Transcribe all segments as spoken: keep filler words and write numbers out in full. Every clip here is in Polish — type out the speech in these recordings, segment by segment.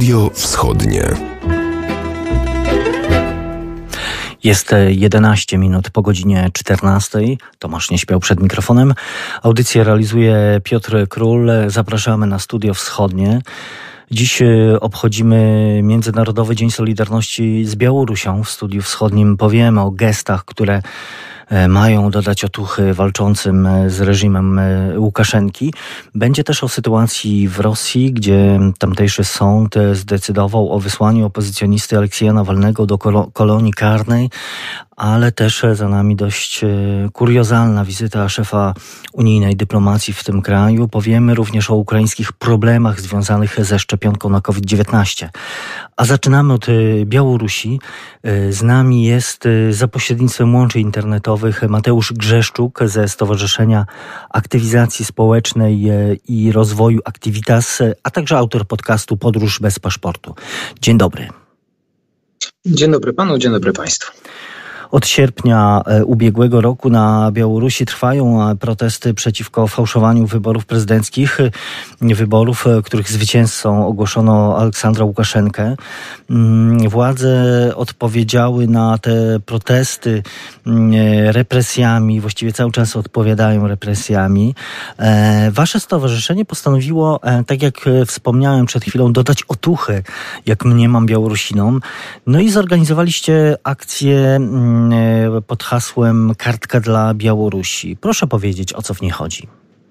Studio Wschodnie. Jest jedenaście minut po godzinie czternastej. Tomasz nie śpiał przed mikrofonem. Audycję realizuje Piotr Król. Zapraszamy na Studio Wschodnie. Dziś obchodzimy Międzynarodowy Dzień Solidarności z Białorusią. W Studiu Wschodnim powiemy o gestach, które mają dodać otuchy walczącym z reżimem Łukaszenki. Będzie też o sytuacji w Rosji, gdzie tamtejszy sąd zdecydował o wysłaniu opozycjonisty Aleksieja Nawalnego do kolonii karnej, ale też za nami dość kuriozalna wizyta szefa unijnej dyplomacji w tym kraju. Powiemy również o ukraińskich problemach związanych ze szczepionką na kowid dziewiętnaście. A zaczynamy od Białorusi. Z nami jest za pośrednictwem łączy internetowych Mateusz Grzeszczuk ze Stowarzyszenia Aktywizacji Społecznej i Rozwoju Activitas, a także autor podcastu Podróż bez paszportu. Dzień dobry. Dzień dobry panu, dzień dobry państwu. Od sierpnia ubiegłego roku na Białorusi trwają protesty przeciwko fałszowaniu wyborów prezydenckich, wyborów, których zwycięzcą ogłoszono Aleksandra Łukaszenkę. Władze odpowiedziały na te protesty represjami, właściwie cały czas odpowiadają represjami. Wasze stowarzyszenie postanowiło, tak jak wspomniałem przed chwilą, dodać otuchy, jak mniemam, Białorusinom. No i zorganizowaliście akcję pod hasłem Kartka dla Białorusi. Proszę powiedzieć, o co w niej chodzi.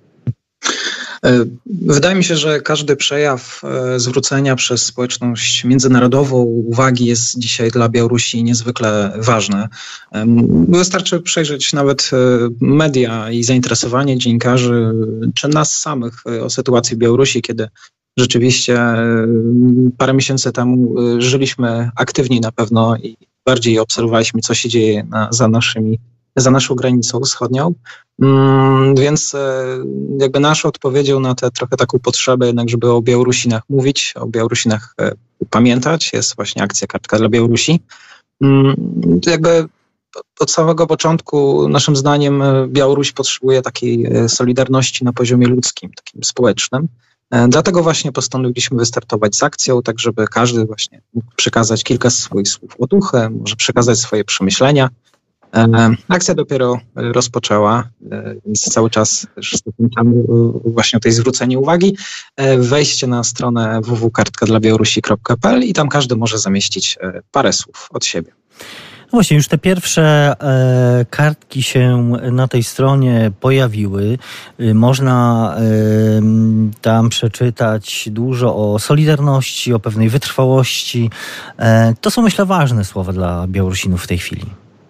Wydaje mi się, że każdy przejaw zwrócenia przez społeczność międzynarodową uwagi jest dzisiaj dla Białorusi niezwykle ważny. Wystarczy przejrzeć nawet media i zainteresowanie dziennikarzy czy nas samych o sytuacji w Białorusi, kiedy rzeczywiście parę miesięcy temu żyliśmy aktywniej na pewno i bardziej obserwowaliśmy, co się dzieje na, za naszymi, za naszą granicą wschodnią. Mm, więc e, jakby naszą odpowiedzią na tę trochę taką potrzebę jednak, żeby o Białorusinach mówić, o Białorusinach e, pamiętać, jest właśnie akcja Kartka dla Białorusi. Mm, jakby od samego początku naszym zdaniem Białoruś potrzebuje takiej solidarności na poziomie ludzkim, takim społecznym. Dlatego właśnie postanowiliśmy wystartować z akcją, tak żeby każdy właśnie mógł przekazać kilka swoich słów otuchy, może przekazać swoje przemyślenia. Akcja dopiero rozpoczęła, więc cały czas też zachęcamy właśnie o tej zwróceniu uwagi. Wejście na stronę w w w kropka kartka dla białorusi kropka p l i tam każdy może zamieścić parę słów od siebie. No właśnie, już te pierwsze e, kartki się na tej stronie pojawiły. E, można e, tam przeczytać dużo o solidarności, o pewnej wytrwałości. E, to są, myślę, ważne słowa dla Białorusinów w tej chwili.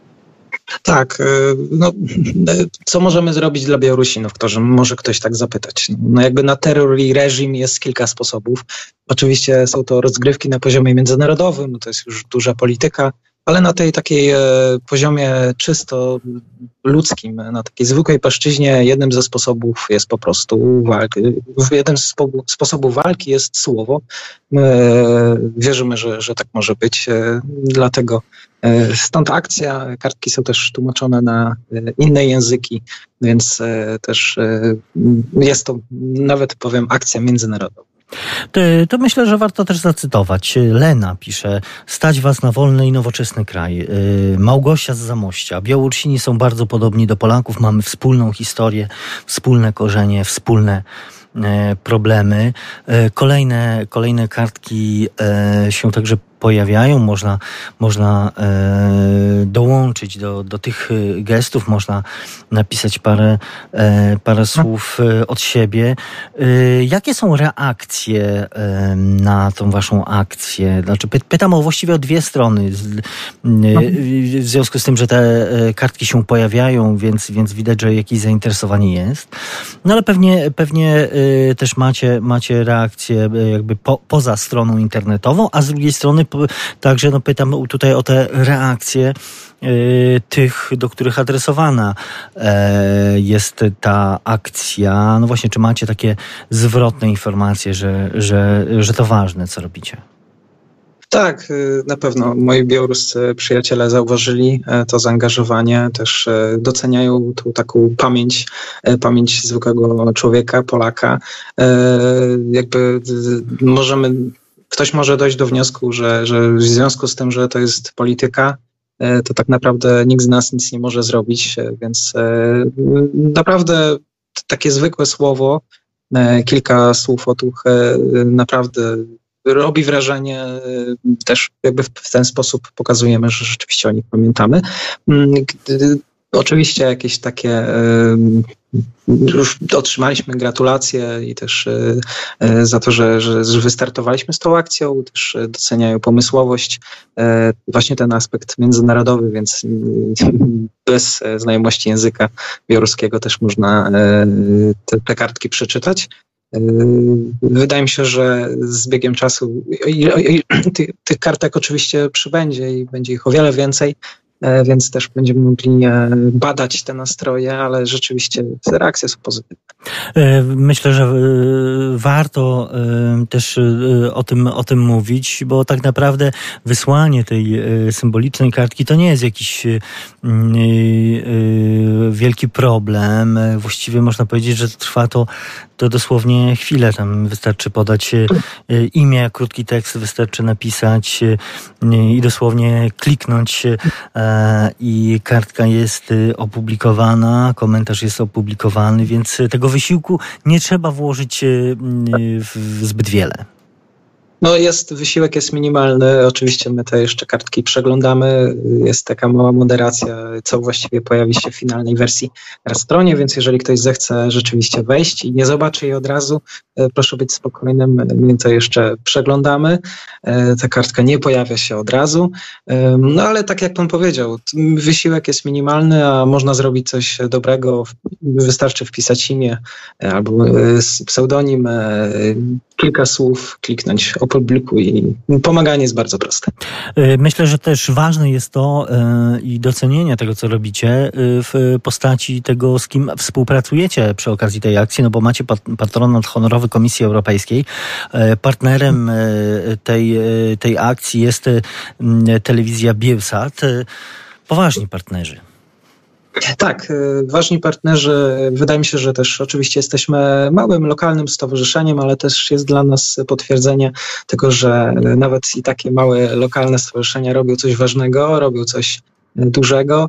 Tak, no co możemy zrobić dla Białorusinów, którzy może ktoś tak zapytać. No jakby na terror i reżim jest kilka sposobów. Oczywiście są to rozgrywki na poziomie międzynarodowym, to jest już duża polityka, ale na tej takiej e, poziomie czysto ludzkim, na takiej zwykłej płaszczyźnie jednym ze sposobów jest po prostu walki. Jednym z spo, sposobów walki jest słowo. My e, wierzymy, że, że tak może być, e, dlatego e, stąd akcja. Kartki są też tłumaczone na e, inne języki, więc e, też e, jest to nawet, powiem, akcja międzynarodowa. To, to myślę, że warto też zacytować. Lena pisze: stać was na wolny i nowoczesny kraj. Małgosia z Zamościa: Białorusini są bardzo podobni do Polaków, mamy wspólną historię, wspólne korzenie, wspólne problemy. Kolejne, kolejne kartki się także pojawiają, można, można e, dołączyć do, do tych gestów, można napisać parę, e, parę słów e, od siebie. E, jakie są reakcje e, na tą waszą akcję? Znaczy, py, pytam o właściwie o dwie strony. Z, e, w związku z tym, że te kartki się pojawiają, więc, więc widać, że jakieś zainteresowanie jest. No ale pewnie, pewnie e, też macie, macie reakcję jakby po, poza stroną internetową, a z drugiej strony także no, pytam tutaj o te reakcje y, tych, do których adresowana y, jest ta akcja. No właśnie, czy macie takie zwrotne informacje, że, że, że to ważne, co robicie? Tak, na pewno moi białoruscy przyjaciele zauważyli to zaangażowanie, też doceniają tą taką pamięć, pamięć zwykłego człowieka, Polaka. Jakby możemy ktoś może dojść do wniosku, że, że w związku z tym, że to jest polityka, to tak naprawdę nikt z nas nic nie może zrobić, więc naprawdę takie zwykłe słowo, kilka słów otuchy naprawdę robi wrażenie, też jakby w ten sposób pokazujemy, że rzeczywiście o nich pamiętamy. Gdy, oczywiście jakieś takie, już otrzymaliśmy gratulacje i też za to, że, że wystartowaliśmy z tą akcją, też doceniają pomysłowość, właśnie ten aspekt międzynarodowy, więc bez znajomości języka białoruskiego też można te, te kartki przeczytać. Wydaje mi się, że z biegiem czasu tych, tych kartek oczywiście przybędzie i będzie ich o wiele więcej, więc też będziemy mogli badać te nastroje, ale rzeczywiście te reakcje są pozytywne. Myślę, że warto też o tym, o tym mówić, bo tak naprawdę wysłanie tej symbolicznej kartki to nie jest jakiś wielki problem. Właściwie można powiedzieć, że trwa to, to dosłownie chwilę. Tam wystarczy podać imię, krótki tekst, wystarczy napisać i dosłownie kliknąć i kartka jest opublikowana, komentarz jest opublikowany, więc tego wysiłku nie trzeba włożyć w zbyt wiele. No jest, wysiłek jest minimalny. Oczywiście my te jeszcze kartki przeglądamy. Jest taka mała moderacja, co właściwie pojawi się w finalnej wersji na stronie, więc jeżeli ktoś zechce rzeczywiście wejść i nie zobaczy jej od razu, proszę być spokojnym, my to jeszcze przeglądamy. Ta kartka nie pojawia się od razu. No ale tak jak pan powiedział, wysiłek jest minimalny, a można zrobić coś dobrego. Wystarczy wpisać imię albo pseudonim, kilka słów, kliknąć opublikuj i pomaganie jest bardzo proste. Myślę, że też ważne jest to i docenienie tego, co robicie w postaci tego, z kim współpracujecie przy okazji tej akcji, no bo macie patronat honorowy Komisji Europejskiej. Partnerem tej, tej akcji jest telewizja Biełsat. Poważni partnerzy. Tak, ważni partnerzy. Wydaje mi się, że też oczywiście jesteśmy małym, lokalnym stowarzyszeniem, ale też jest dla nas potwierdzenie tego, że nawet i takie małe, lokalne stowarzyszenia robią coś ważnego, robią coś dużego.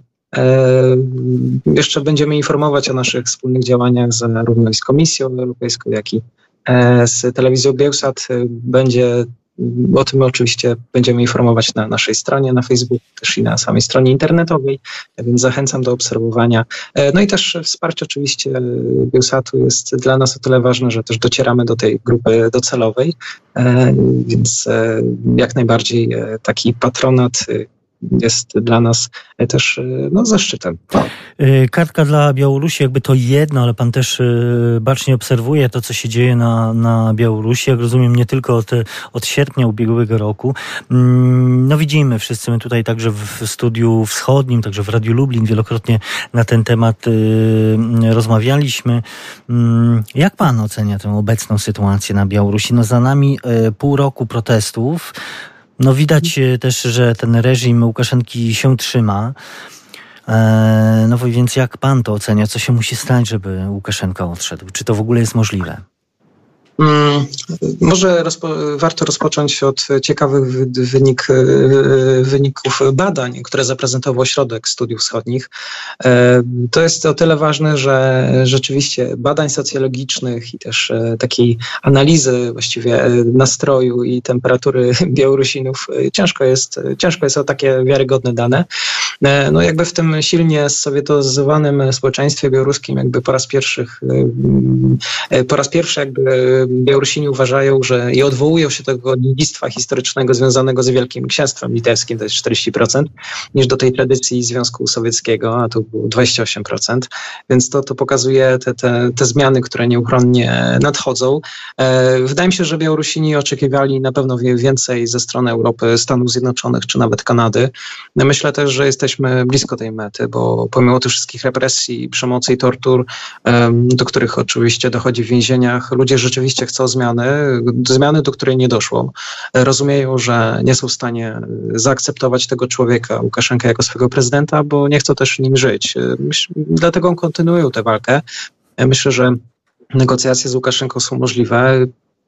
Jeszcze będziemy informować o naszych wspólnych działaniach zarówno i z Komisją Europejską, jak i z telewizją Biełsat. Będzie O tym oczywiście będziemy informować na naszej stronie, na Facebooku, też i na samej stronie internetowej, więc zachęcam do obserwowania. No i też wsparcie oczywiście Biełsatu jest dla nas o tyle ważne, że też docieramy do tej grupy docelowej, więc jak najbardziej taki patronat jest dla nas też no, zaszczytem. Kartka dla Białorusi jakby to jedno, ale pan też bacznie obserwuje to, co się dzieje na, na Białorusi. Jak rozumiem, nie tylko od, od sierpnia ubiegłego roku. No widzimy wszyscy, my tutaj także w Studiu Wschodnim, także w Radiu Lublin wielokrotnie na ten temat rozmawialiśmy. Jak pan ocenia tę obecną sytuację na Białorusi? No za nami pół roku protestów. No widać też, że ten reżim Łukaszenki się trzyma. No więc jak pan to ocenia? Co się musi stać, żeby Łukaszenka odszedł? Czy to w ogóle jest możliwe? Hmm, może rozpo- warto rozpocząć od ciekawych wynik, wyników badań, które zaprezentował Ośrodek Studiów Wschodnich. To jest o tyle ważne, że rzeczywiście badań socjologicznych i też takiej analizy właściwie nastroju i temperatury Białorusinów ciężko jest, ciężko jest o takie wiarygodne dane. No jakby w tym silnie sowietozyzowanym społeczeństwie białoruskim jakby po raz pierwszy, po raz pierwszy jakby Białorusini uważają, że i odwołują się do tego dziedzictwa historycznego związanego z Wielkim Księstwem Litewskim, to jest czterdzieści procent, niż do tej tradycji Związku Sowieckiego, a tu było dwadzieścia osiem procent. Więc to, to pokazuje te, te, te zmiany, które nieuchronnie nadchodzą. Wydaje mi się, że Białorusini oczekiwali na pewno więcej ze strony Europy, Stanów Zjednoczonych czy nawet Kanady. Myślę też, że jesteśmy blisko tej mety, bo pomimo tych wszystkich represji, przemocy i tortur, do których oczywiście dochodzi w więzieniach, ludzie rzeczywiście chcą zmiany, zmiany, do której nie doszło. Rozumieją, że nie są w stanie zaakceptować tego człowieka, Łukaszenkę, jako swojego prezydenta, bo nie chcą też nim żyć. Myśl, dlatego kontynuują tę walkę. Myślę, że negocjacje z Łukaszenką są możliwe.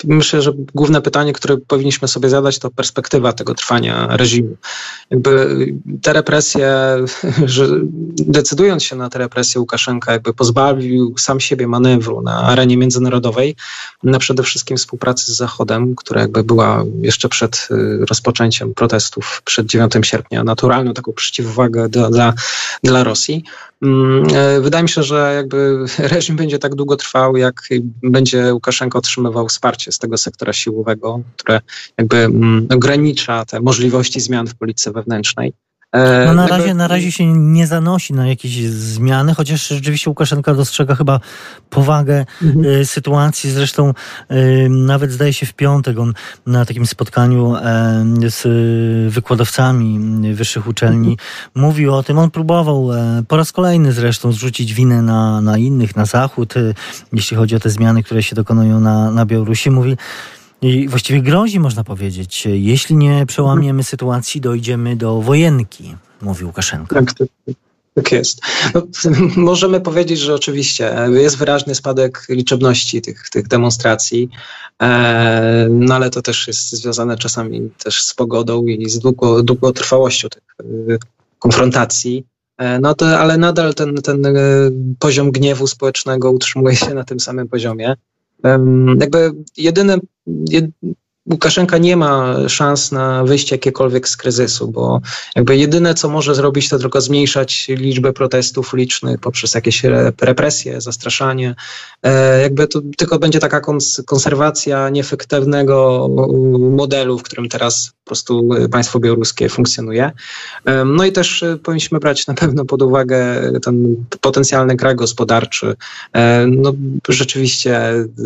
myślę, że główne pytanie, które powinniśmy sobie zadać, to perspektywa tego trwania reżimu. Jakby te represje, że decydując się na te represje, Łukaszenka jakby pozbawił sam siebie manewru na arenie międzynarodowej, na przede wszystkim współpracy z Zachodem, która jakby była jeszcze przed rozpoczęciem protestów, przed dziewiątego sierpnia, naturalną taką przeciwwagę dla, dla, dla Rosji. Wydaje mi się, że jakby reżim będzie tak długo trwał, jak będzie Łukaszenka otrzymywał wsparcie z tego sektora siłowego, które jakby ogranicza te możliwości zmian w polityce wewnętrznej. No na razie, na razie się nie zanosi na jakieś zmiany, chociaż rzeczywiście Łukaszenka dostrzega chyba powagę mhm. y, sytuacji. Zresztą y, nawet zdaje się w piątek on na takim spotkaniu y, z wykładowcami wyższych uczelni mhm. mówił o tym. On próbował y, po raz kolejny zresztą zrzucić winę na, na innych, na Zachód, y, jeśli chodzi o te zmiany, które się dokonują na, na Białorusi. Mówi, i właściwie grozi, można powiedzieć, jeśli nie przełamiemy sytuacji, dojdziemy do wojenki, mówi Łukaszenka. Tak, tak, tak jest. No, możemy powiedzieć, że oczywiście jest wyraźny spadek liczebności tych, tych demonstracji, e, no ale to też jest związane czasami też z pogodą i z długo, długotrwałością tych e, konfrontacji. E, no to, ale nadal ten, ten e, poziom gniewu społecznego utrzymuje się na tym samym poziomie. Jakby jedyne, jed, Łukaszenka nie ma szans na wyjście jakiekolwiek z kryzysu, bo jakby jedyne, co może zrobić, to tylko zmniejszać liczbę protestów ulicznych poprzez jakieś represje, zastraszanie. Jakby to tylko będzie taka konserwacja nieefektywnego modelu, w którym teraz po prostu państwo białoruskie funkcjonuje. No i też powinniśmy brać na pewno pod uwagę ten potencjalny kraj gospodarczy. No rzeczywiście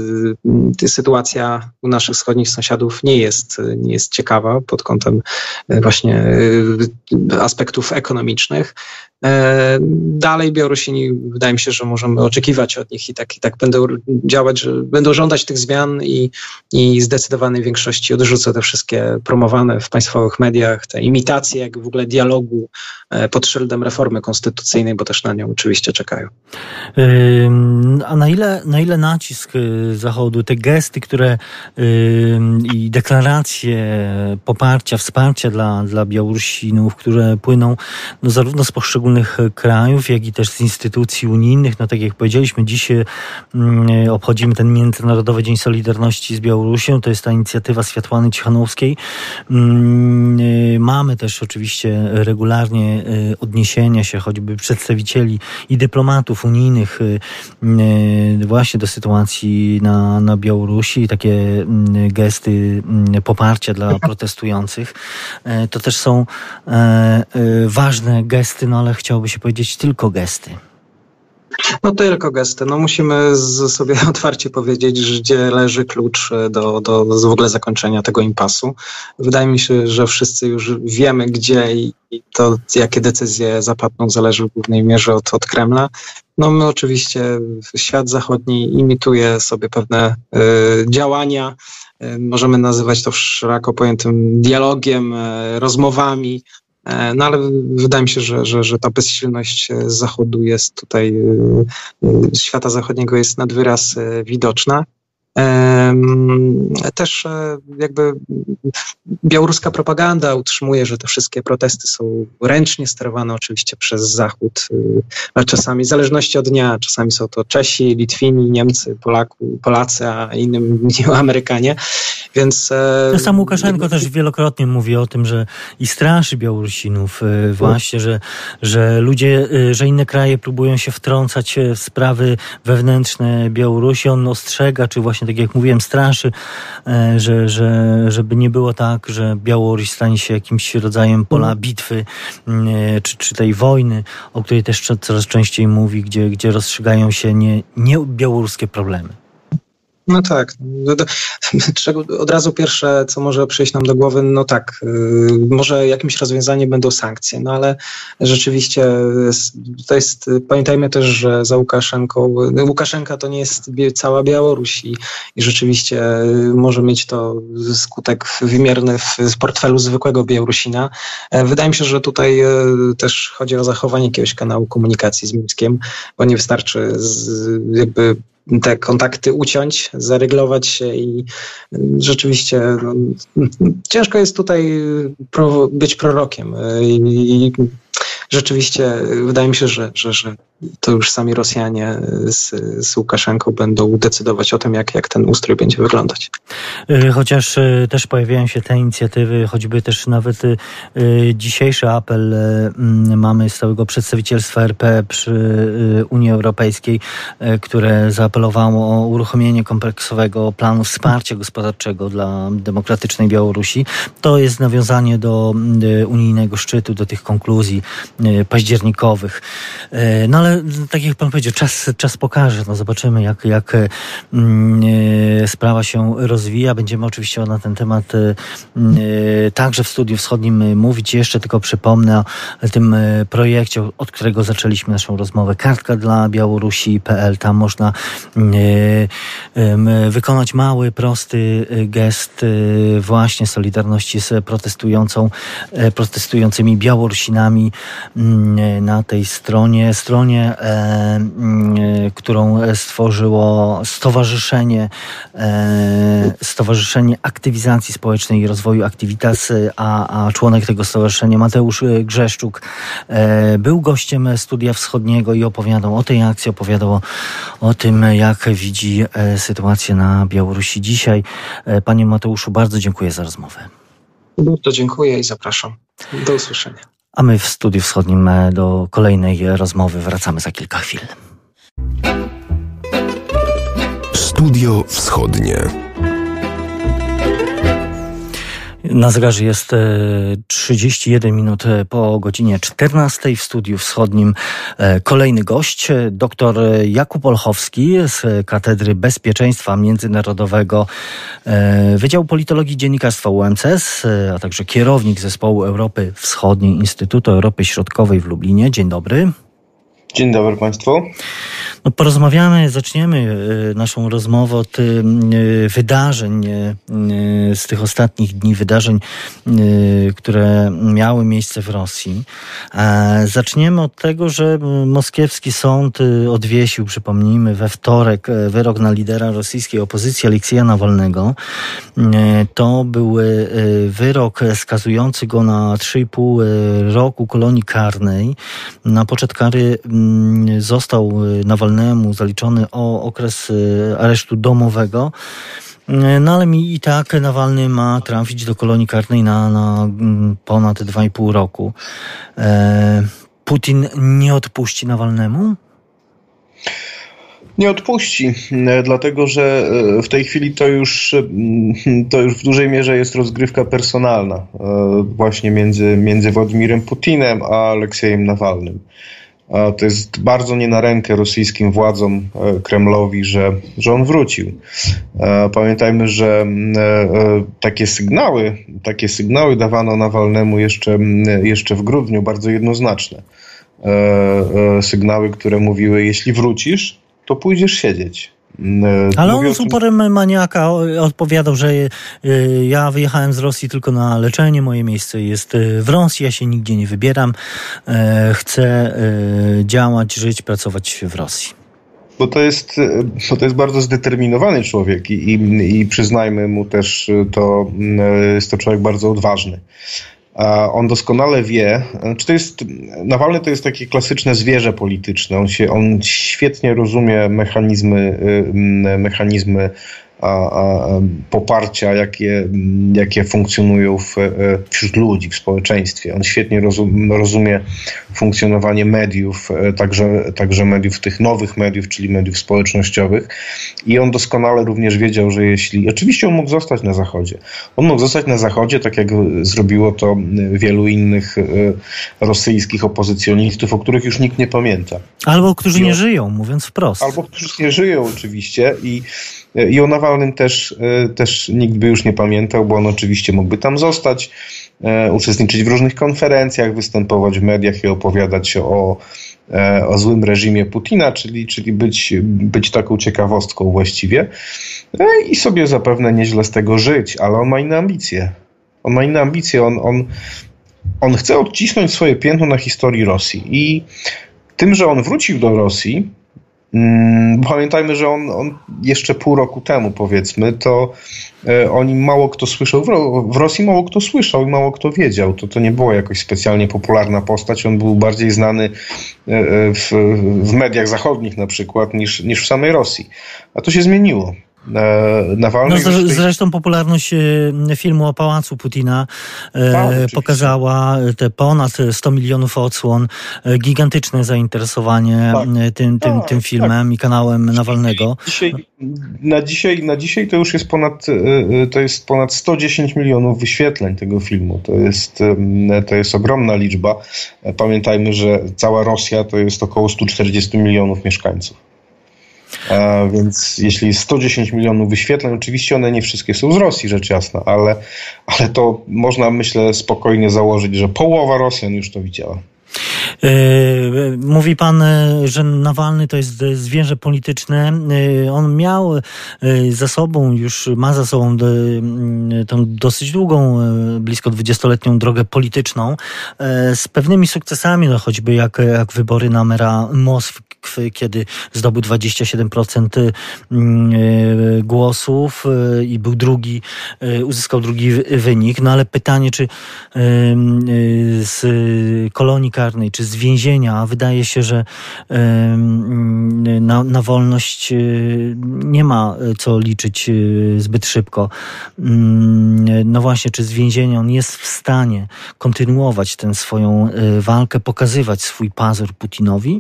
sytuacja u naszych wschodnich sąsiadów nie jest, nie jest ciekawa pod kątem właśnie aspektów ekonomicznych. Dalej Białorusini, wydaje mi się, że możemy oczekiwać od nich i tak, i tak będą działać, że będą żądać tych zmian i, i zdecydowanej większości odrzucę te wszystkie promowane w państwowych mediach, te imitacje jak w ogóle dialogu pod szyldem reformy konstytucyjnej, bo też na nią oczywiście czekają. A na ile, na ile nacisk Zachodu, te gesty, które i deklaracje poparcia, wsparcia dla, dla Białorusinów, które płyną no, zarówno z poszczególnych krajów, jak i też z instytucji unijnych. No tak jak powiedzieliśmy, dziś mm, obchodzimy ten Międzynarodowy Dzień Solidarności z Białorusią. To jest ta inicjatywa Światłany Cichanowskiej. Mm, mamy też oczywiście regularnie y, odniesienia się choćby przedstawicieli i dyplomatów unijnych y, y, właśnie do sytuacji na, na Białorusi. Takie y, gesty y, poparcia dla protestujących. Y, to też są y, y, ważne gesty, no ale chciałoby się powiedzieć tylko gesty. No tylko gesty. No musimy z, sobie otwarcie powiedzieć, że gdzie leży klucz do, do, do w ogóle zakończenia tego impasu. Wydaje mi się, że wszyscy już wiemy gdzie i, i to jakie decyzje zapadną zależy w głównej mierze od, od Kremla. No my oczywiście, świat zachodni imituje sobie pewne y, działania. Y, możemy nazywać to szeroko pojętym dialogiem, y, rozmowami. No ale wydaje mi się, że, że, że ta bezsilność Zachodu jest tutaj, świata zachodniego jest nad wyraz widoczna. Też jakby białoruska propaganda utrzymuje, że te wszystkie protesty są ręcznie sterowane oczywiście przez Zachód, a czasami w zależności od dnia, czasami są to Czesi, Litwini, Niemcy, Polaku, Polacy, a innym Amerykanie. Więc to sam Łukaszenko jakby... też wielokrotnie mówi o tym, że i straszy Białorusinów właśnie, że, że ludzie, że inne kraje próbują się wtrącać w sprawy wewnętrzne Białorusi. On ostrzega, czy właśnie tak jak mówiłem, straszy, że, że, żeby nie było tak, że Białoruś stanie się jakimś rodzajem pola bitwy, czy, czy tej wojny, o której też coraz częściej mówi, gdzie, gdzie rozstrzygają się nie, nie białoruskie problemy. No tak. Od razu pierwsze, co może przyjść nam do głowy, no tak, może jakimś rozwiązaniem będą sankcje, no ale rzeczywiście to jest, pamiętajmy też, że za Łukaszenką, Łukaszenka to nie jest cała Białoruś i, i rzeczywiście może mieć to skutek wymierny w, w portfelu zwykłego Białorusina. Wydaje mi się, że tutaj też chodzi o zachowanie jakiegoś kanału komunikacji z Mińskiem, bo nie wystarczy z, jakby te kontakty uciąć, zaryglować się i rzeczywiście no, ciężko jest tutaj pro, być prorokiem i rzeczywiście wydaje mi się, że, że, że to już sami Rosjanie z, z Łukaszenką będą decydować o tym, jak, jak ten ustrój będzie wyglądać. Chociaż też pojawiają się te inicjatywy, choćby też nawet dzisiejszy apel mamy stałego przedstawicielstwa R P przy Unii Europejskiej, które zaapelowało o uruchomienie kompleksowego planu wsparcia gospodarczego dla demokratycznej Białorusi. To jest nawiązanie do unijnego szczytu, do tych konkluzji październikowych. No ale tak jak pan powiedział, czas, czas pokaże. No zobaczymy, jak, jak y, sprawa się rozwija. Będziemy oczywiście na ten temat y, y, także w Studiu Wschodnim mówić. Jeszcze tylko przypomnę o tym projekcie, od którego zaczęliśmy naszą rozmowę. Kartka dla Białorusi kropka p l. Tam można y, y, wykonać mały, prosty gest y, właśnie solidarności z protestującą, y, protestującymi Białorusinami y, na tej stronie. Stronie E, e, którą stworzyło Stowarzyszenie e, Stowarzyszenie Aktywizacji Społecznej i Rozwoju Activitas, a, a członek tego stowarzyszenia Mateusz Grzeszczuk e, był gościem Studia Wschodniego i opowiadał o tej akcji, opowiadał o, o tym, jak widzi e, sytuację na Białorusi dzisiaj. E, panie Mateuszu, bardzo dziękuję za rozmowę. Bardzo dziękuję i zapraszam. Do usłyszenia. A my w Studiu Wschodnim do kolejnej rozmowy wracamy za kilka chwil. Studio Wschodnie. Na zegarze jest trzydzieści jeden minut po godzinie czternastej. W Studiu Wschodnim kolejny gość, dr Jakub Olchowski z Katedry Bezpieczeństwa Międzynarodowego Wydziału Politologii i Dziennikarstwa U M C S, a także kierownik Zespołu Europy Wschodniej Instytutu Europy Środkowej w Lublinie. Dzień dobry. Dzień dobry Państwu. No, porozmawiamy, zaczniemy naszą rozmowę od wydarzeń z tych ostatnich dni, wydarzeń, które miały miejsce w Rosji. Zaczniemy od tego, że moskiewski sąd odwiesił, przypomnijmy, we wtorek wyrok na lidera rosyjskiej opozycji Aleksieja Nawalnego. To był wyrok skazujący go na trzy i pół roku kolonii karnej. Na poczet kary został Nawalnemu zaliczony o okres aresztu domowego. No ale mi i tak Nawalny ma trafić do kolonii karnej na, na ponad dwa i pół roku. Putin nie odpuści Nawalnemu? Nie odpuści, dlatego że w tej chwili to już, to już w dużej mierze jest rozgrywka personalna właśnie między, między Władimirem Putinem a Aleksiejem Nawalnym. To jest bardzo nie na rękę rosyjskim władzom, Kremlowi, że, że on wrócił. Pamiętajmy, że takie sygnały, takie sygnały dawano Nawalnemu jeszcze, jeszcze w grudniu, bardzo jednoznaczne. Sygnały, które mówiły, jeśli wrócisz, to pójdziesz siedzieć. Ale on z uporem maniaka odpowiadał, że ja wyjechałem z Rosji tylko na leczenie, moje miejsce jest w Rosji, ja się nigdzie nie wybieram, chcę działać, żyć, pracować w Rosji. Bo to jest, bo to jest bardzo zdeterminowany człowiek i, i, i przyznajmy mu też, to jest to człowiek bardzo odważny. On doskonale wie, czy to jest, Nawalny to jest takie klasyczne zwierzę polityczne. On się, on świetnie rozumie mechanizmy, mechanizmy a, a, poparcia, jakie, jakie funkcjonują w, wśród ludzi, w społeczeństwie. On świetnie rozum, rozumie funkcjonowanie mediów, także, także mediów, tych nowych mediów, czyli mediów społecznościowych. I on doskonale również wiedział, że jeśli... Oczywiście on mógł zostać na Zachodzie. On mógł zostać na Zachodzie, tak jak zrobiło to wielu innych rosyjskich opozycjonistów, o których już nikt nie pamięta. Albo którzy I nie on, żyją, mówiąc wprost. Albo którzy nie żyją oczywiście i I o Nawalnym też, też nikt by już nie pamiętał, bo on oczywiście mógłby tam zostać, uczestniczyć w różnych konferencjach, występować w mediach i opowiadać o, o złym reżimie Putina, czyli, czyli być, być taką ciekawostką właściwie i sobie zapewne nieźle z tego żyć, ale on ma inne ambicje. On ma inne ambicje, on, on, on chce odcisnąć swoje piętno na historii Rosji i tym, że on wrócił do Rosji, Pamiętajmy, że on, on jeszcze pół roku temu, powiedzmy, to o nim mało kto słyszał. W Rosji mało kto słyszał i mało kto wiedział. To, to nie była jakoś specjalnie popularna postać. On był bardziej znany w, w mediach zachodnich na przykład niż, niż w samej Rosji. A to się zmieniło. No, zresztą popularność filmu o pałacu Putina tak, pokazała te ponad sto milionów odsłon, gigantyczne zainteresowanie tak, tym, tym, tak, tym filmem tak. i kanałem Nawalnego. Dzisiaj, na, dzisiaj, na dzisiaj to już jest ponad, to jest ponad sto dziesięć milionów wyświetleń tego filmu. To jest, to jest ogromna liczba. Pamiętajmy, że cała Rosja to jest około sto czterdzieści milionów mieszkańców. A więc jeśli sto dziesięć milionów wyświetleń, oczywiście one nie wszystkie są z Rosji, rzecz jasna, ale, ale to można, myślę, spokojnie założyć, że połowa Rosjan już to widziała. Mówi pan, że Nawalny to jest zwierzę polityczne. On miał za sobą, już ma za sobą tą dosyć długą, blisko dwudziestoletnią drogę polityczną z pewnymi sukcesami, no choćby jak, jak wybory na mera Moskwy, kiedy zdobył dwadzieścia siedem procent głosów i był drugi, uzyskał drugi wynik. No ale pytanie, czy z kolonii karnej, czy z więzienia, wydaje się, że na, na wolność nie ma co liczyć zbyt szybko. No właśnie, czy z więzienia on jest w stanie kontynuować tę swoją walkę, pokazywać swój pazur Putinowi?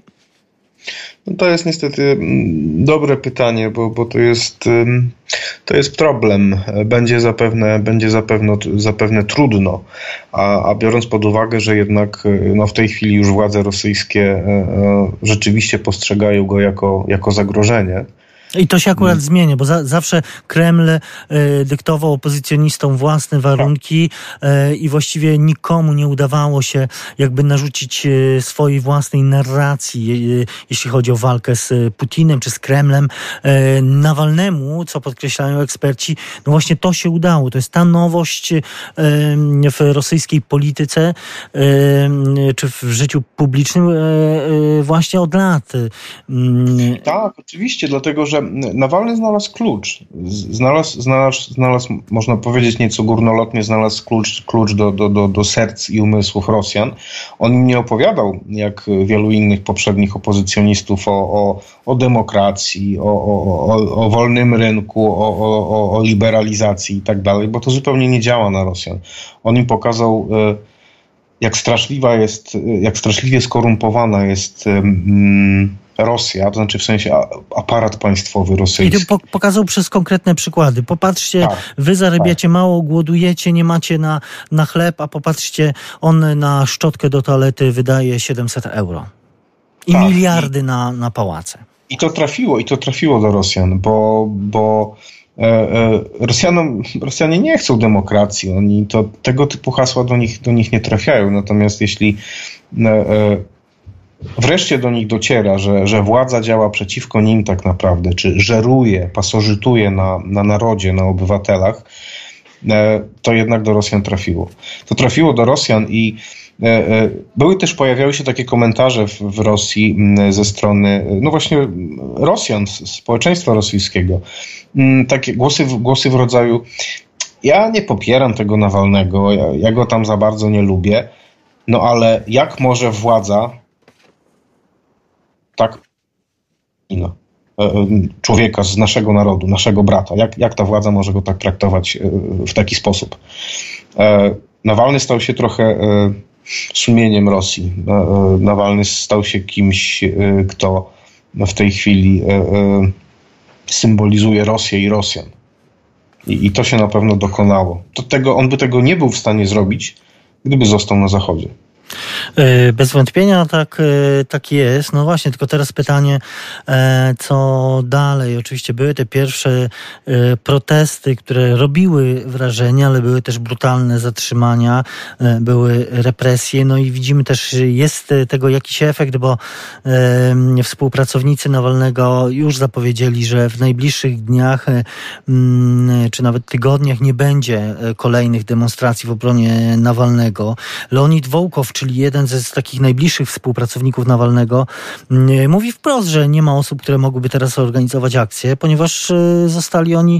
No to jest niestety dobre pytanie, bo, bo to jest, to jest problem. Będzie zapewne, będzie zapewne, zapewne trudno, a, a biorąc pod uwagę, że jednak no w tej chwili już władze rosyjskie rzeczywiście postrzegają go jako, jako zagrożenie. I to się akurat hmm. zmienia, bo za, zawsze Kreml y, dyktował opozycjonistom własne warunki y, i właściwie nikomu nie udawało się jakby narzucić y, swojej własnej narracji, y, jeśli chodzi o walkę z Putinem czy z Kremlem. Y, Nawalnemu, co podkreślają eksperci, no właśnie to się udało. To jest ta nowość y, w rosyjskiej polityce y, czy w życiu publicznym y, y, właśnie od lat. Y, tak, oczywiście, dlatego że Nawalny znalazł klucz. Znalazł, znalazł, znalazł, można powiedzieć nieco górnolotnie, znalazł klucz, klucz do, do, do, do serc i umysłów Rosjan. On im nie opowiadał, jak wielu innych poprzednich opozycjonistów, o, o, o demokracji, o, o, o, o wolnym rynku, o, o, o liberalizacji i tak dalej, bo to zupełnie nie działa na Rosjan. On im pokazał, jak straszliwa jest, jak straszliwie skorumpowana jest um, Rosja, to znaczy w sensie aparat państwowy rosyjski. I to pokazał przez konkretne przykłady. Popatrzcie, tak, wy zarabiacie tak. mało, głodujecie, nie macie na, na chleb, a popatrzcie, on na szczotkę do toalety wydaje siedemset euro. I tak, miliardy i, na, na pałace. I to trafiło, i to trafiło do Rosjan, bo, bo e, e, Rosjanom, Rosjanie nie chcą demokracji. Oni to, tego typu hasła do nich, do nich nie trafiają. Natomiast jeśli e, e, wreszcie do nich dociera, że, że władza działa przeciwko nim tak naprawdę, czy żeruje, pasożytuje na, na narodzie, na obywatelach, to jednak do Rosjan trafiło. To trafiło do Rosjan i były też, pojawiały się takie komentarze w, w Rosji ze strony, no właśnie Rosjan, społeczeństwa rosyjskiego. Takie głosy, głosy w rodzaju: ja nie popieram tego Nawalnego, ja, ja go tam za bardzo nie lubię, no ale jak może władza tak, no, człowieka z naszego narodu, naszego brata, jak, jak ta władza może go tak traktować w taki sposób? Nawalny stał się trochę sumieniem Rosji. Nawalny stał się kimś, kto w tej chwili symbolizuje Rosję i Rosjan. I, i to się na pewno dokonało. To tego, on by tego nie był w stanie zrobić, gdyby został na Zachodzie. Bez wątpienia tak, tak jest. No właśnie, tylko teraz pytanie, co dalej? Oczywiście były te pierwsze protesty, które robiły wrażenie, ale były też brutalne zatrzymania, były represje. No i widzimy też, jest tego jakiś efekt, bo współpracownicy Nawalnego już zapowiedzieli, że w najbliższych dniach czy nawet tygodniach nie będzie kolejnych demonstracji w obronie Nawalnego. Leonid Wołkow, czyli jeden jeden ze z takich najbliższych współpracowników Nawalnego, mówi wprost, że nie ma osób, które mogłyby teraz organizować akcję, ponieważ zostali oni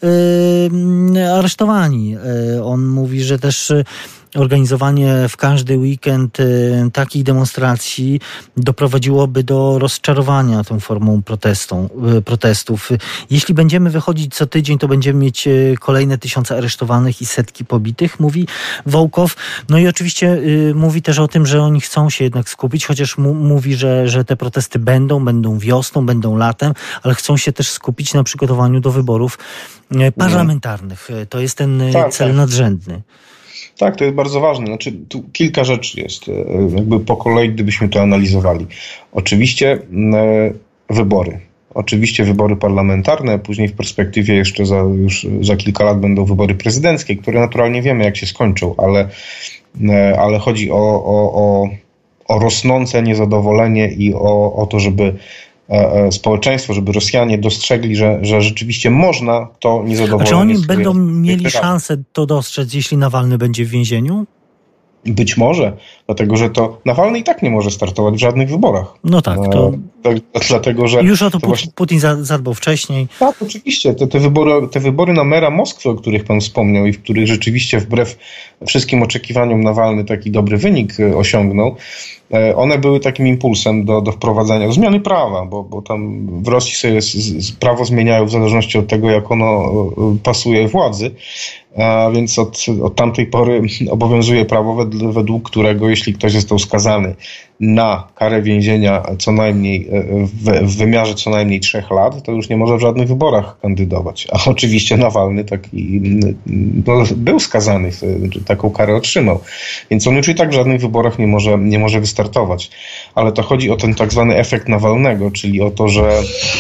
aresztowani. On mówi, że też organizowanie w każdy weekend y, takich demonstracji doprowadziłoby do rozczarowania tą formą protestą, y, protestów. Jeśli będziemy wychodzić co tydzień, to będziemy mieć y, kolejne tysiące aresztowanych i setki pobitych, mówi Wołkow. No i oczywiście y, mówi też o tym, że oni chcą się jednak skupić, chociaż mu, mówi, że, że te protesty będą, będą wiosną, będą latem, ale chcą się też skupić na przygotowaniu do wyborów y, parlamentarnych. To jest ten y, tak, cel tak. nadrzędny. Tak, to jest bardzo ważne. Znaczy, tu kilka rzeczy jest, jakby po kolei, gdybyśmy to analizowali. Oczywiście e, wybory. Oczywiście wybory parlamentarne, później w perspektywie jeszcze za, już za kilka lat będą wybory prezydenckie, które naturalnie wiemy, jak się skończą, ale, e, ale chodzi o, o, o, o rosnące niezadowolenie i o, o to, żeby społeczeństwo, żeby Rosjanie dostrzegli, że, że rzeczywiście można to niezadowolenie... A czy oni będą mieli szansę to dostrzec, jeśli Nawalny będzie w więzieniu? Być może, dlatego że to Nawalny i tak nie może startować w żadnych wyborach. No tak, to... Tak, dlatego, że już o to, to właśnie... Putin zadbał wcześniej. Tak, oczywiście. Te, te, wybory, te wybory na mera Moskwy, o których pan wspomniał i w których rzeczywiście wbrew wszystkim oczekiwaniom Nawalny taki dobry wynik osiągnął, one były takim impulsem do, do wprowadzania, do zmiany prawa, bo, bo tam w Rosji sobie z, z, prawo zmieniają w zależności od tego, jak ono pasuje władzy. A więc od, od tamtej pory obowiązuje prawo, według, według którego jeśli ktoś został skazany na karę więzienia co najmniej w, w wymiarze co najmniej trzech lat, to już nie może w żadnych wyborach kandydować. A oczywiście Nawalny taki, no, był skazany, taką karę otrzymał. Więc on już i tak w żadnych wyborach nie może, nie może wystartować. Ale to chodzi o ten tak zwany efekt Nawalnego, czyli o to, że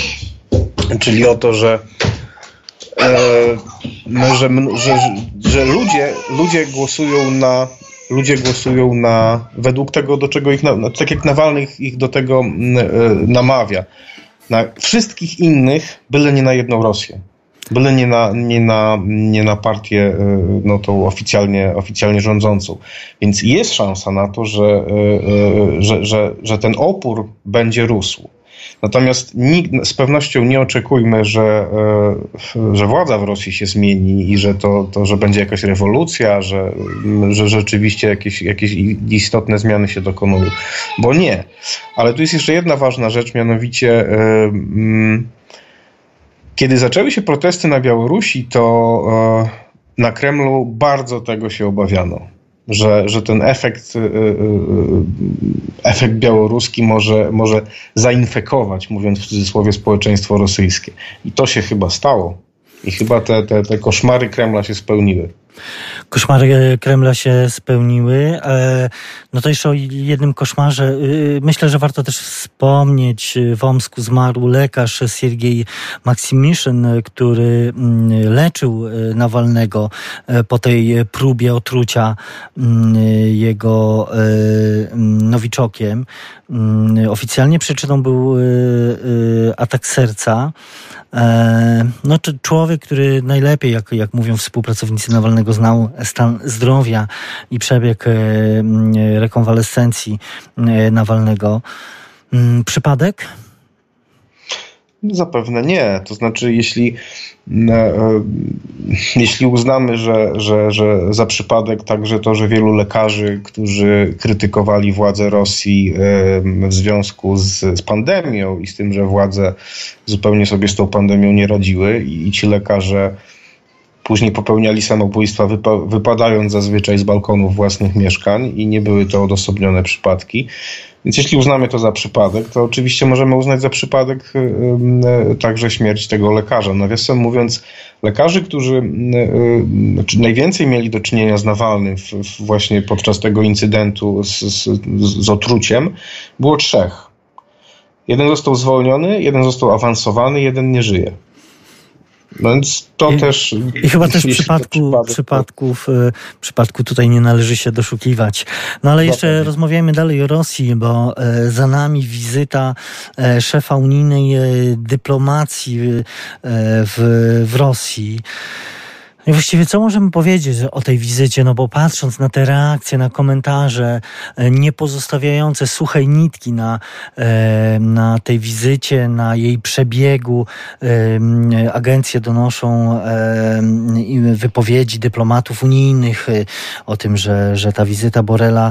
czyli o to, że E, no, że, że, że ludzie, ludzie głosują na ludzie głosują na według tego, do czego ich, na, tak jak Nawalny ich do tego e, namawia. Na wszystkich innych, byle nie na jedną Rosję. Byle nie na, nie na, nie na partię e, no, tą oficjalnie, oficjalnie rządzącą. Więc jest szansa na to, że, e, że, że, że ten opór będzie rósł. Natomiast nikt, z pewnością nie oczekujmy, że, że władza w Rosji się zmieni i że to, to że będzie jakaś rewolucja, że, że rzeczywiście jakieś, jakieś istotne zmiany się dokonują. Bo nie. Ale tu jest jeszcze jedna ważna rzecz, mianowicie kiedy zaczęły się protesty na Białorusi, to na Kremlu bardzo tego się obawiano. Że, że ten efekt, efekt białoruski może, może zainfekować, mówiąc w cudzysłowie, społeczeństwo rosyjskie. I to się chyba stało. I chyba te, te, te koszmary Kremla się spełniły. Koszmary Kremla się spełniły. No to jeszcze o jednym koszmarze. Myślę, że warto też wspomnieć. W Omsku zmarł lekarz Siergiej Maksymiszyn, który leczył Nawalnego po tej próbie otrucia jego nowiczokiem. Oficjalnie przyczyną był atak serca. No, to człowiek, który najlepiej, jak, jak mówią współpracownicy Nawalnego, znał stan zdrowia i przebieg rekonwalescencji Nawalnego. Przypadek? Zapewne nie. To znaczy, jeśli, jeśli uznamy, że, że, że za przypadek także to, że wielu lekarzy, którzy krytykowali władze Rosji w związku z, z pandemią i z tym, że władze zupełnie sobie z tą pandemią nie radziły i, i ci lekarze później popełniali samobójstwa, wypa- wypadając zazwyczaj z balkonów własnych mieszkań i nie były to odosobnione przypadki. Więc jeśli uznamy to za przypadek, to oczywiście możemy uznać za przypadek yy, także śmierć tego lekarza. Nawiasem mówiąc, lekarzy, którzy yy, znaczy najwięcej mieli do czynienia z Nawalnym w, w właśnie podczas tego incydentu z, z, z otruciem, było trzech. Jeden został zwolniony, jeden został awansowany, jeden nie żyje. No więc to I, też... I chyba też w przypadku, przypadków, w przypadku tutaj nie należy się doszukiwać. No ale jeszcze Zatem. rozmawiajmy dalej o Rosji, bo za nami wizyta szefa unijnej dyplomacji w, w Rosji. I właściwie co możemy powiedzieć o tej wizycie? No bo patrząc na te reakcje, na komentarze, nie pozostawiające suchej nitki na, na tej wizycie, na jej przebiegu, agencje donoszą wypowiedzi dyplomatów unijnych o tym, że, że ta wizyta Borrella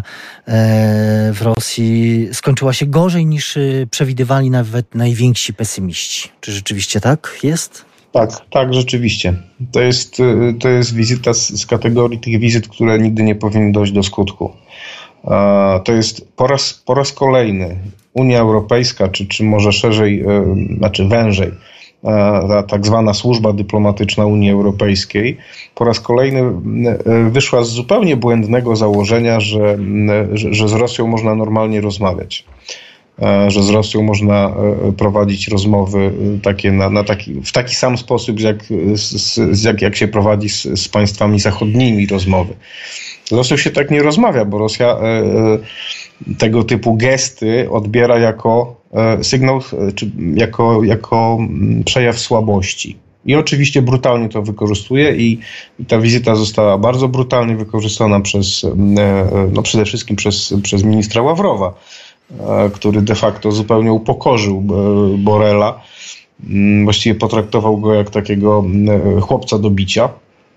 w Rosji skończyła się gorzej niż przewidywali nawet najwięksi pesymiści. Czy rzeczywiście tak jest? Tak, tak, rzeczywiście. To jest, to jest wizyta z, z kategorii tych wizyt, które nigdy nie powinny dojść do skutku. To jest po raz, po raz kolejny Unia Europejska, czy, czy może szerzej, znaczy wężej, ta tak zwana służba dyplomatyczna Unii Europejskiej, po raz kolejny wyszła z zupełnie błędnego założenia, że, że, że z Rosją można normalnie rozmawiać. Że z Rosją można prowadzić rozmowy takie na, na taki, w taki sam sposób, jak, z, jak, jak się prowadzi z, z państwami zachodnimi rozmowy. Z Rosją się tak nie rozmawia, bo Rosja e, e, tego typu gesty odbiera jako e, sygnał, czy jako, jako przejaw słabości. I oczywiście brutalnie to wykorzystuje i, i ta wizyta została bardzo brutalnie wykorzystana przez, e, no przede wszystkim przez, przez ministra Ławrowa, który de facto zupełnie upokorzył Borrella. Właściwie potraktował go jak takiego chłopca do bicia.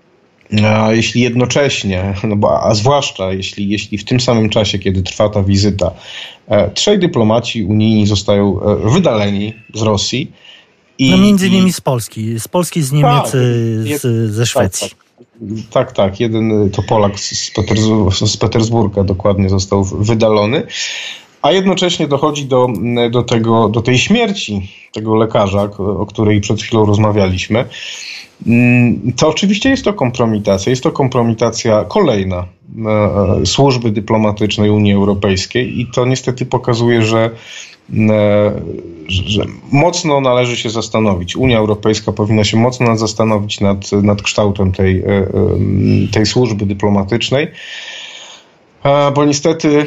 A jeśli jednocześnie, no bo, a zwłaszcza jeśli, jeśli w tym samym czasie, kiedy trwa ta wizyta, trzej dyplomaci unijni zostają wydaleni z Rosji. I, no między innymi z Polski. Z Polski, z Niemiec, tak, z, ze Szwecji. Tak, tak, tak, tak. Jeden to Polak z, Petersburga, z Petersburga dokładnie został wydalony. A jednocześnie dochodzi do, do, tego, do tej śmierci tego lekarza, o której przed chwilą rozmawialiśmy. To oczywiście jest to kompromitacja. Jest to kompromitacja kolejna służby dyplomatycznej Unii Europejskiej i to niestety pokazuje, że, że mocno należy się zastanowić. Unia Europejska powinna się mocno zastanowić nad, nad kształtem tej, tej służby dyplomatycznej, bo niestety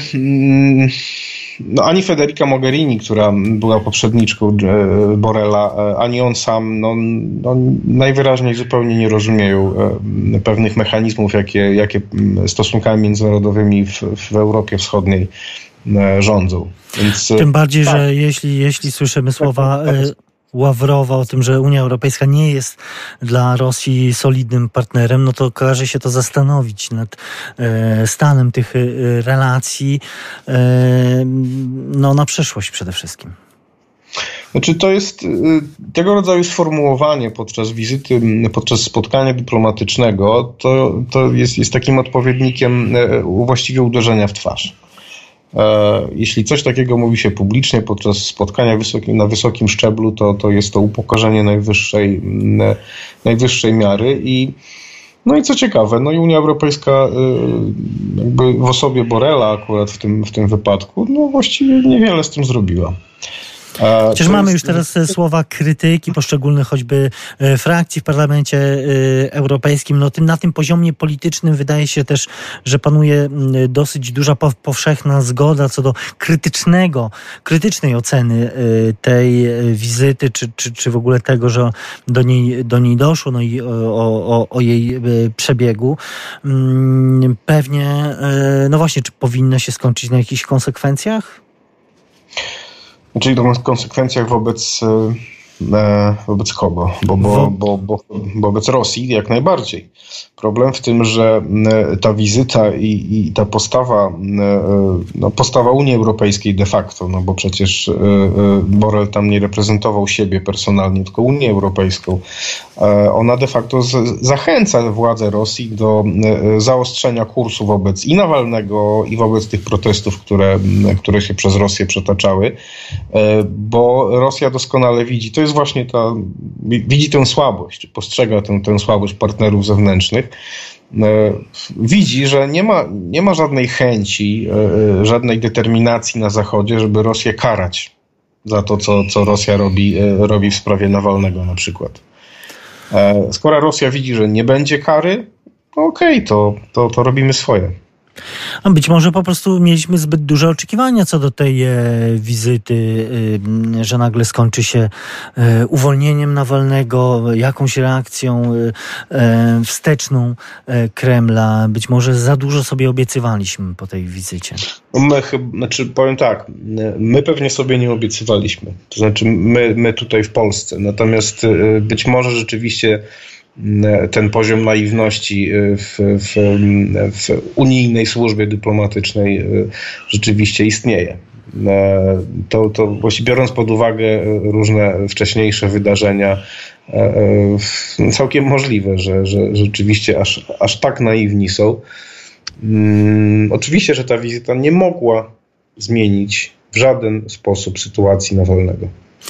no, ani Federica Mogherini, która była poprzedniczką Borrella, ani on sam no, no, najwyraźniej zupełnie nie rozumieją pewnych mechanizmów, jakie, jakie stosunkami międzynarodowymi w, w Europie Wschodniej rządzą. Więc, tym bardziej, tak. że jeśli, jeśli słyszymy słowa Ławrowa o tym, że Unia Europejska nie jest dla Rosji solidnym partnerem, no to każe się to zastanowić nad e, stanem tych e, relacji e, no, na przyszłość przede wszystkim. Znaczy to jest tego rodzaju sformułowanie podczas wizyty, podczas spotkania dyplomatycznego, to, to jest, jest takim odpowiednikiem właściwie uderzenia w twarz. Jeśli coś takiego mówi się publicznie podczas spotkania wysokim, na wysokim szczeblu, to, to jest to upokorzenie najwyższej, najwyższej miary. I, no i co ciekawe, no i Unia Europejska jakby w osobie Borrella akurat w tym, w tym wypadku, no właściwie niewiele z tym zrobiła. Chociaż mamy już teraz słowa krytyki poszczególnych choćby frakcji w Parlamencie Europejskim. No tym, na tym poziomie politycznym wydaje się też, że panuje dosyć duża powszechna zgoda co do krytycznego, krytycznej oceny tej wizyty, czy, czy, czy w ogóle tego, że do niej, do niej doszło, no i o, o, o jej przebiegu. Pewnie, no właśnie, czy powinno się skończyć na jakichś konsekwencjach? Czyli to w konsekwencjach wobec, e, wobec kogo? Bo, bo, bo, bo, wobec Rosji jak najbardziej. Problem w tym, że ta wizyta i, i ta postawa, no, postawa Unii Europejskiej de facto, no bo przecież Borrell tam nie reprezentował siebie personalnie, tylko Unię Europejską. Ona de facto z, zachęca władze Rosji do zaostrzenia kursu wobec i Nawalnego, i wobec tych protestów, które, które się przez Rosję przetaczały, bo Rosja doskonale widzi, to jest właśnie ta, widzi tę słabość, postrzega tę, tę słabość partnerów zewnętrznych, widzi, że nie ma, nie ma żadnej chęci, żadnej determinacji na Zachodzie, żeby Rosję karać za to, co, co Rosja robi, robi w sprawie Nawalnego na przykład. Skoro Rosja widzi, że nie będzie kary, no okej, okay, to, to, to robimy swoje. A być może po prostu mieliśmy zbyt duże oczekiwania co do tej e, wizyty, e, że nagle skończy się e, uwolnieniem Nawalnego, jakąś reakcją e, wsteczną e, Kremla. Być może za dużo sobie obiecywaliśmy po tej wizycie. My chyba, znaczy powiem tak, my pewnie sobie nie obiecywaliśmy. To znaczy my, my tutaj w Polsce. Natomiast e, być może rzeczywiście ten poziom naiwności w, w, w unijnej służbie dyplomatycznej rzeczywiście istnieje. To, to właśnie biorąc pod uwagę różne wcześniejsze wydarzenia, całkiem możliwe, że, że rzeczywiście aż, aż tak naiwni są. Oczywiście, że ta wizyta nie mogła zmienić w żaden sposób sytuacji Nawalnego.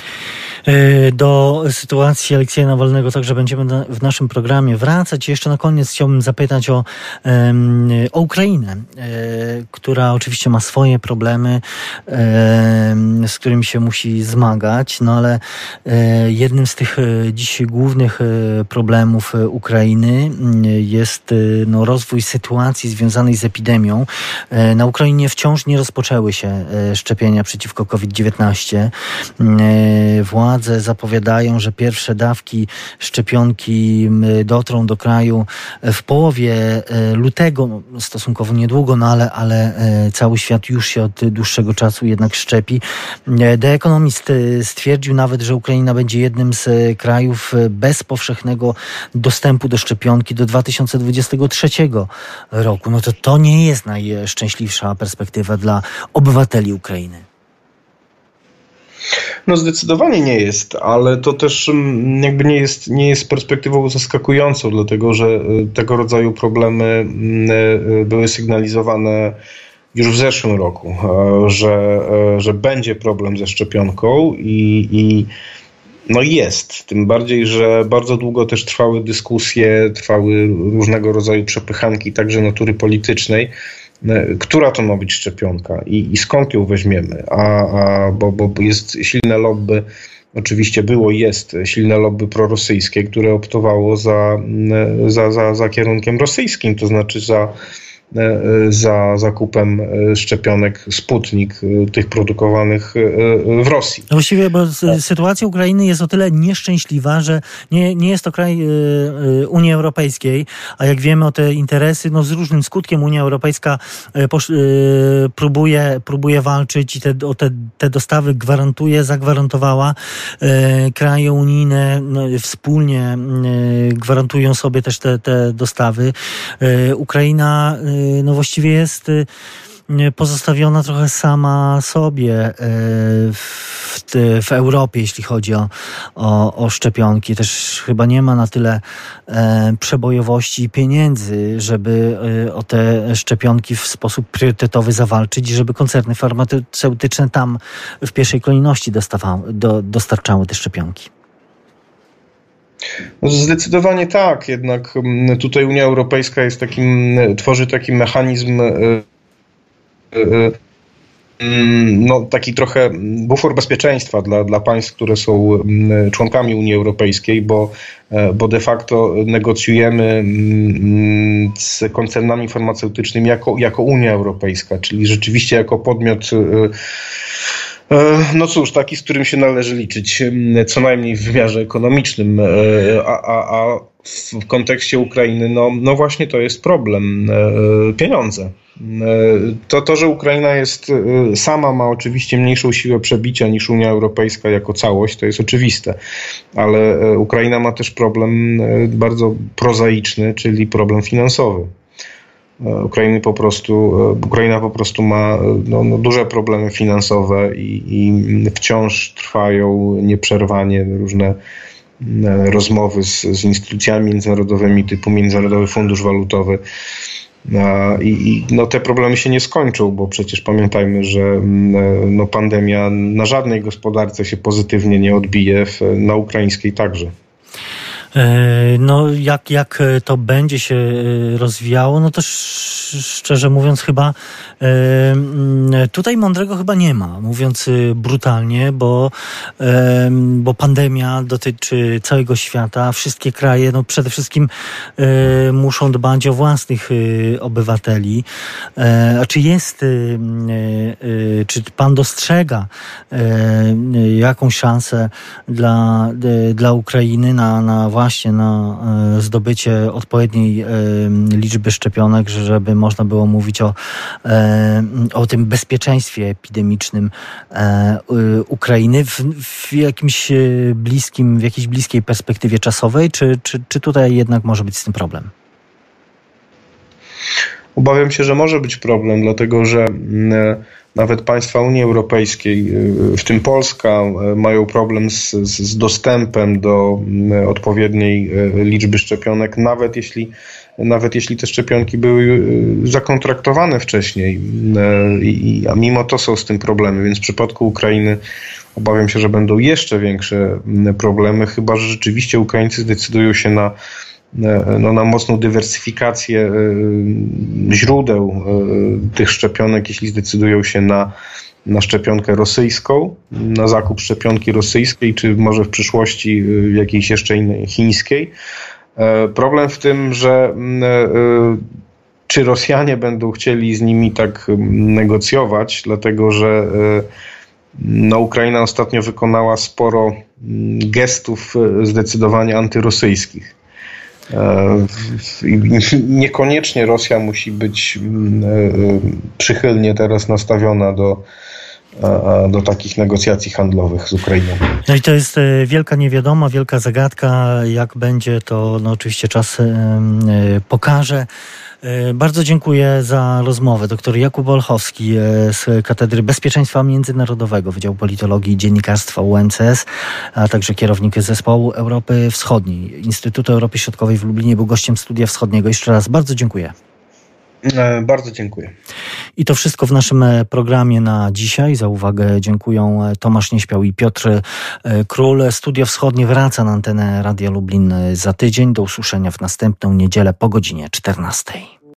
Do sytuacji Aleksieja Nawalnego także będziemy na, w naszym programie wracać. Jeszcze na koniec chciałbym zapytać o, um, o Ukrainę, e, która oczywiście ma swoje problemy, e, z którymi się musi zmagać, no ale e, jednym z tych e, dziś głównych e, problemów Ukrainy jest e, no, rozwój sytuacji związanej z epidemią. E, na Ukrainie wciąż nie rozpoczęły się e, szczepienia przeciwko kowid dziewiętnaście. E, władze zapowiadają, że pierwsze dawki szczepionki dotrą do kraju w połowie lutego, no, stosunkowo niedługo, no ale, ale cały świat już się od dłuższego czasu jednak szczepi. The Economist stwierdził nawet, że Ukraina będzie jednym z krajów bez powszechnego dostępu do szczepionki do dwa tysiące dwudziestego trzeciego roku. No to to nie jest najszczęśliwsza perspektywa dla obywateli Ukrainy. No zdecydowanie nie jest, ale to też jakby nie jest, nie jest perspektywą zaskakującą, dlatego że tego rodzaju problemy były sygnalizowane już w zeszłym roku, że, że będzie problem ze szczepionką i, i no jest. Tym bardziej, że bardzo długo też trwały dyskusje, trwały różnego rodzaju przepychanki, także natury politycznej, która to ma być szczepionka i, i skąd ją weźmiemy, a, a, bo, bo jest silne lobby, oczywiście było i jest silne lobby prorosyjskie, które optowało za, za, za, za kierunkiem rosyjskim, to znaczy za, za zakupem szczepionek Sputnik, tych produkowanych w Rosji. Właściwie, bo sytuacja Ukrainy jest o tyle nieszczęśliwa, że nie, nie jest to kraj Unii Europejskiej, a jak wiemy o te interesy, no z różnym skutkiem Unia Europejska posz, próbuje, próbuje walczyć i te, o te, te dostawy gwarantuje, zagwarantowała. Kraje unijne no, wspólnie gwarantują sobie też te, te dostawy. Ukraina no właściwie jest pozostawiona trochę sama sobie w, w Europie, jeśli chodzi o, o, o szczepionki. Też chyba nie ma na tyle przebojowości i pieniędzy, żeby o te szczepionki w sposób priorytetowy zawalczyć i żeby koncerny farmaceutyczne tam w pierwszej kolejności dostawały, do, dostarczały te szczepionki. Zdecydowanie tak, jednak tutaj Unia Europejska jest takim, tworzy taki mechanizm, no taki trochę bufor bezpieczeństwa dla, dla państw, które są członkami Unii Europejskiej, bo, bo de facto negocjujemy z koncernami farmaceutycznymi jako, jako Unia Europejska, czyli rzeczywiście jako podmiot, no cóż, taki, z którym się należy liczyć, co najmniej w wymiarze ekonomicznym, a, a, a w kontekście Ukrainy, no, no właśnie to jest problem, pieniądze. To, to, że Ukraina jest sama, ma oczywiście mniejszą siłę przebicia niż Unia Europejska jako całość, to jest oczywiste, ale Ukraina ma też problem bardzo prozaiczny, czyli problem finansowy. Ukrainy po prostu, Ukraina po prostu ma no, no, duże problemy finansowe i, i wciąż trwają nieprzerwanie różne rozmowy z, z instytucjami międzynarodowymi typu Międzynarodowy Fundusz Walutowy. I, i no, te problemy się nie skończą, bo przecież pamiętajmy, że no, pandemia na żadnej gospodarce się pozytywnie nie odbije, w, na ukraińskiej także. No jak, jak to będzie się rozwijało, no to szczerze mówiąc chyba tutaj mądrego chyba nie ma, mówiąc brutalnie, bo, bo pandemia dotyczy całego świata, wszystkie kraje no przede wszystkim muszą dbać o własnych obywateli. A czy jest, czy pan dostrzega jakąś szansę dla, dla Ukrainy na, na właśnie na zdobycie odpowiedniej liczby szczepionek, żeby można było mówić o, o tym bezpieczeństwie epidemicznym Ukrainy w, w jakimś bliskim, w jakiejś bliskiej perspektywie czasowej, czy, czy, czy tutaj jednak może być z tym problem? Obawiam się, że może być problem, dlatego że nawet państwa Unii Europejskiej, w tym Polska, mają problem z, z dostępem do odpowiedniej liczby szczepionek, nawet jeśli, nawet jeśli te szczepionki były zakontraktowane wcześniej, I, a mimo to są z tym problemy, więc w przypadku Ukrainy obawiam się, że będą jeszcze większe problemy, chyba że rzeczywiście Ukraińcy zdecydują się na No, na mocną dywersyfikację źródeł tych szczepionek, jeśli zdecydują się na, na szczepionkę rosyjską, na zakup szczepionki rosyjskiej, czy może w przyszłości jakiejś jeszcze innej, chińskiej. Problem w tym, że czy Rosjanie będą chcieli z nimi tak negocjować, dlatego że no, Ukraina ostatnio wykonała sporo gestów zdecydowanie antyrosyjskich. Niekoniecznie Rosja musi być przychylnie teraz nastawiona do, do takich negocjacji handlowych z Ukrainą. No i to jest wielka niewiadoma, wielka zagadka. Jak będzie, to no oczywiście czas pokaże. Bardzo dziękuję za rozmowę. Doktor Jakub Olchowski z Katedry Bezpieczeństwa Międzynarodowego Wydziału Politologii i Dziennikarstwa U N C S, a także kierownik Zespołu Europy Wschodniej Instytutu Europy Środkowej w Lublinie, był gościem Studia Wschodniego. Jeszcze raz bardzo dziękuję. Bardzo dziękuję. I to wszystko w naszym programie na dzisiaj. Za uwagę dziękuję Tomasz Nieśpiał i Piotr Król. Studio Wschodnie wraca na antenę Radia Lublin za tydzień. Do usłyszenia w następną niedzielę po godzinie czternastej.